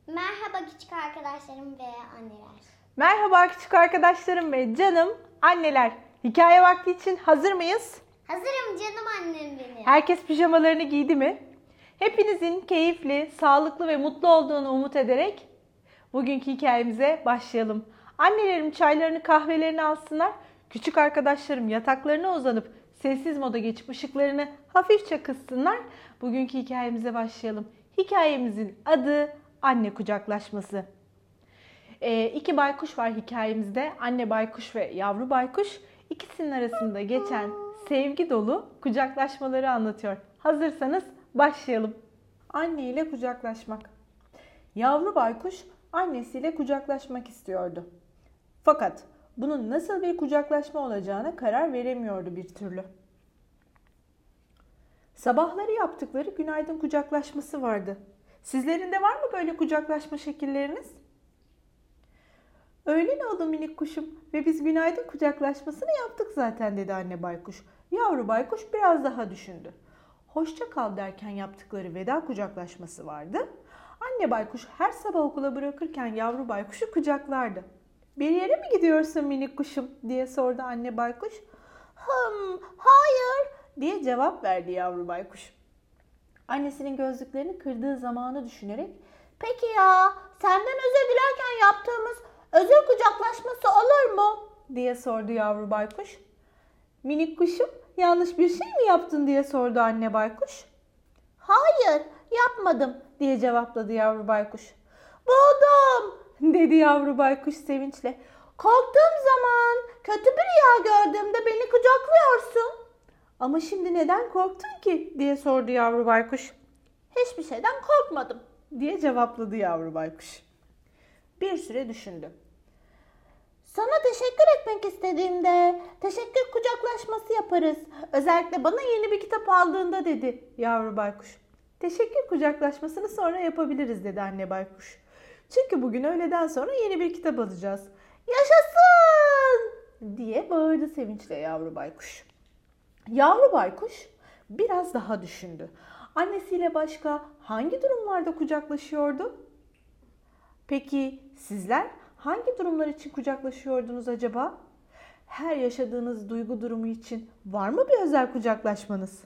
Merhaba küçük arkadaşlarım ve anneler. Merhaba küçük arkadaşlarım ve canım anneler. Hikaye vakti için hazır mıyız? Hazırım canım annem benim. Herkes pijamalarını giydi mi? Hepinizin keyifli, sağlıklı ve mutlu olduğunu umut ederek bugünkü hikayemize başlayalım. Annelerim çaylarını, kahvelerini alsınlar. Küçük arkadaşlarım yataklarına uzanıp sessiz moda geçip ışıklarını hafifçe kıssınlar. Bugünkü hikayemize başlayalım. Hikayemizin adı Anne Kucaklaşması. İki baykuş var hikayemizde. Anne baykuş ve yavru baykuş. İkisinin arasında geçen sevgi dolu kucaklaşmaları anlatıyor. Hazırsanız başlayalım. Anne ile kucaklaşmak. Yavru baykuş annesiyle kucaklaşmak istiyordu. Fakat bunun nasıl bir kucaklaşma olacağına karar veremiyordu bir türlü. Sabahları yaptıkları günaydın kucaklaşması vardı. Sizlerin de var mı böyle kucaklaşma şekilleriniz? Öğlen oldu minik kuşum ve biz günaydın kucaklaşmasını yaptık zaten dedi anne baykuş. Yavru baykuş biraz daha düşündü. Hoşça kal derken yaptıkları veda kucaklaşması vardı. Anne baykuş her sabah okula bırakırken yavru baykuşu kucaklardı. Bir yere mi gidiyorsun minik kuşum diye sordu anne baykuş. Hayır diye cevap verdi yavru baykuş. Annesinin gözlüklerini kırdığı zamanı düşünerek Peki ya senden özür dilerken yaptığımız özür kucaklaşması olur mu? diye sordu yavru baykuş. Minik kuşum yanlış bir şey mi yaptın diye sordu anne baykuş. Hayır yapmadım diye cevapladı yavru baykuş. buldum Dedi yavru baykuş sevinçle. Korktuğum zaman kötü bir rüya gördüğümde beni kucaklıyorsun. Ama şimdi neden korktun ki diye sordu yavru baykuş. Hiçbir şeyden korkmadım. Diye cevapladı yavru baykuş. Bir süre düşündü. Sana teşekkür etmek istediğimde teşekkür kucaklaşması yaparız. Özellikle bana yeni bir kitap aldığında dedi Yavru baykuş. Teşekkür kucaklaşmasını sonra yapabiliriz dedi anne baykuş. Çünkü bugün öğleden sonra yeni bir kitap alacağız. Yaşasın! Diye bağırdı sevinçle yavru baykuş. Yavru baykuş biraz daha düşündü. Annesiyle başka hangi durumlarda kucaklaşıyordu? Peki sizler hangi durumlar için kucaklaşıyordunuz acaba? Her yaşadığınız duygu durumu için var mı bir özel kucaklaşmanız?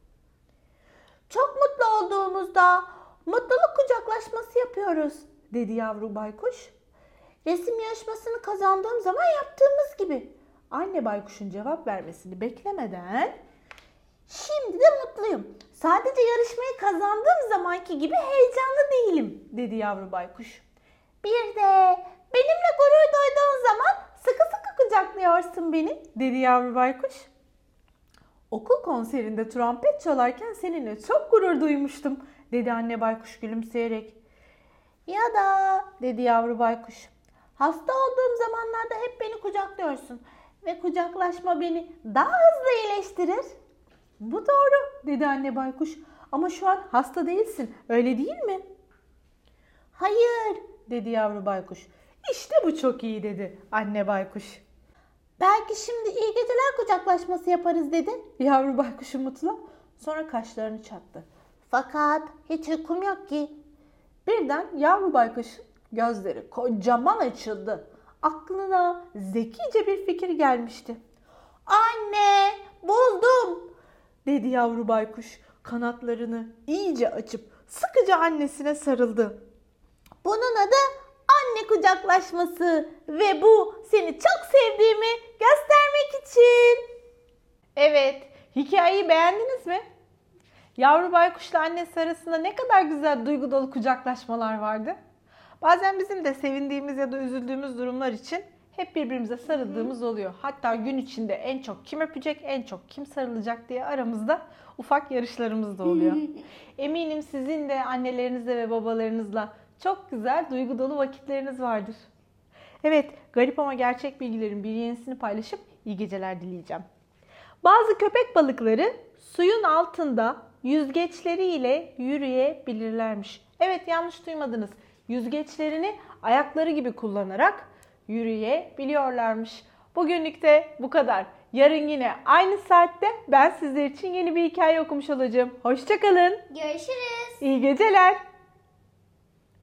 Çok mutlu olduğumuzda mutluluk kucaklaşması yapıyoruz Dedi yavru baykuş. Resim yarışmasını kazandığım zaman yaptığımız gibi. Anne baykuşun cevap vermesini beklemeden Şimdi de mutluyum. Sadece yarışmayı kazandığım zamanki gibi heyecanlı değilim. dedi yavru baykuş. Bir de benimle gurur duyduğun zaman sıkı sıkı kucaklıyorsun beni. Dedi yavru baykuş. Okul konserinde trompet çalarken seninle çok gurur duymuştum dedi anne baykuş gülümseyerek. Ya da Dedi yavru baykuş. hasta olduğum zamanlarda hep beni kucaklıyorsun ve kucaklaşma beni daha hızlı iyileştirir. Bu doğru dedi anne baykuş. Ama şu an hasta değilsin, öyle değil mi? Hayır, Dedi yavru baykuş. İşte bu çok iyi dedi anne baykuş. belki şimdi iyi geceler kucaklaşması yaparız dedi. Yavru baykuş umutla sonra kaşlarını çattı. Fakat hiç uykum yok ki. Birden yavru baykuşun gözleri kocaman açıldı. Aklına zekice bir fikir gelmişti. Anne, buldum. Dedi yavru baykuş kanatlarını iyice açıp sıkıca annesine sarıldı. Bunun adı anne kucaklaşması ve bu seni çok sevdiğimi göstermek için. Evet, hikayeyi beğendiniz mi? Yavru baykuşla annesi arasında ne kadar güzel duygu dolu kucaklaşmalar vardı. Bazen bizim de sevindiğimiz ya da üzüldüğümüz durumlar için hep birbirimize sarıldığımız oluyor. Hatta gün içinde en çok kim öpecek, en çok kim sarılacak diye aramızda ufak yarışlarımız da oluyor. Eminim sizin de annelerinizle ve babalarınızla çok güzel duygu dolu vakitleriniz vardır. Evet, garip ama gerçek bilgilerin bir yenisini paylaşıp iyi geceler dileyeceğim. Bazı köpek balıkları suyun altında yüzgeçleriyle yürüyebilirlermiş. Evet, yanlış duymadınız. Yüzgeçlerini ayakları gibi kullanarak yürüyebiliyorlarmış. Bugünlük de bu kadar. Yarın yine aynı saatte ben sizler için yeni bir hikaye okumuş olacağım. Hoşça kalın. Görüşürüz. İyi geceler.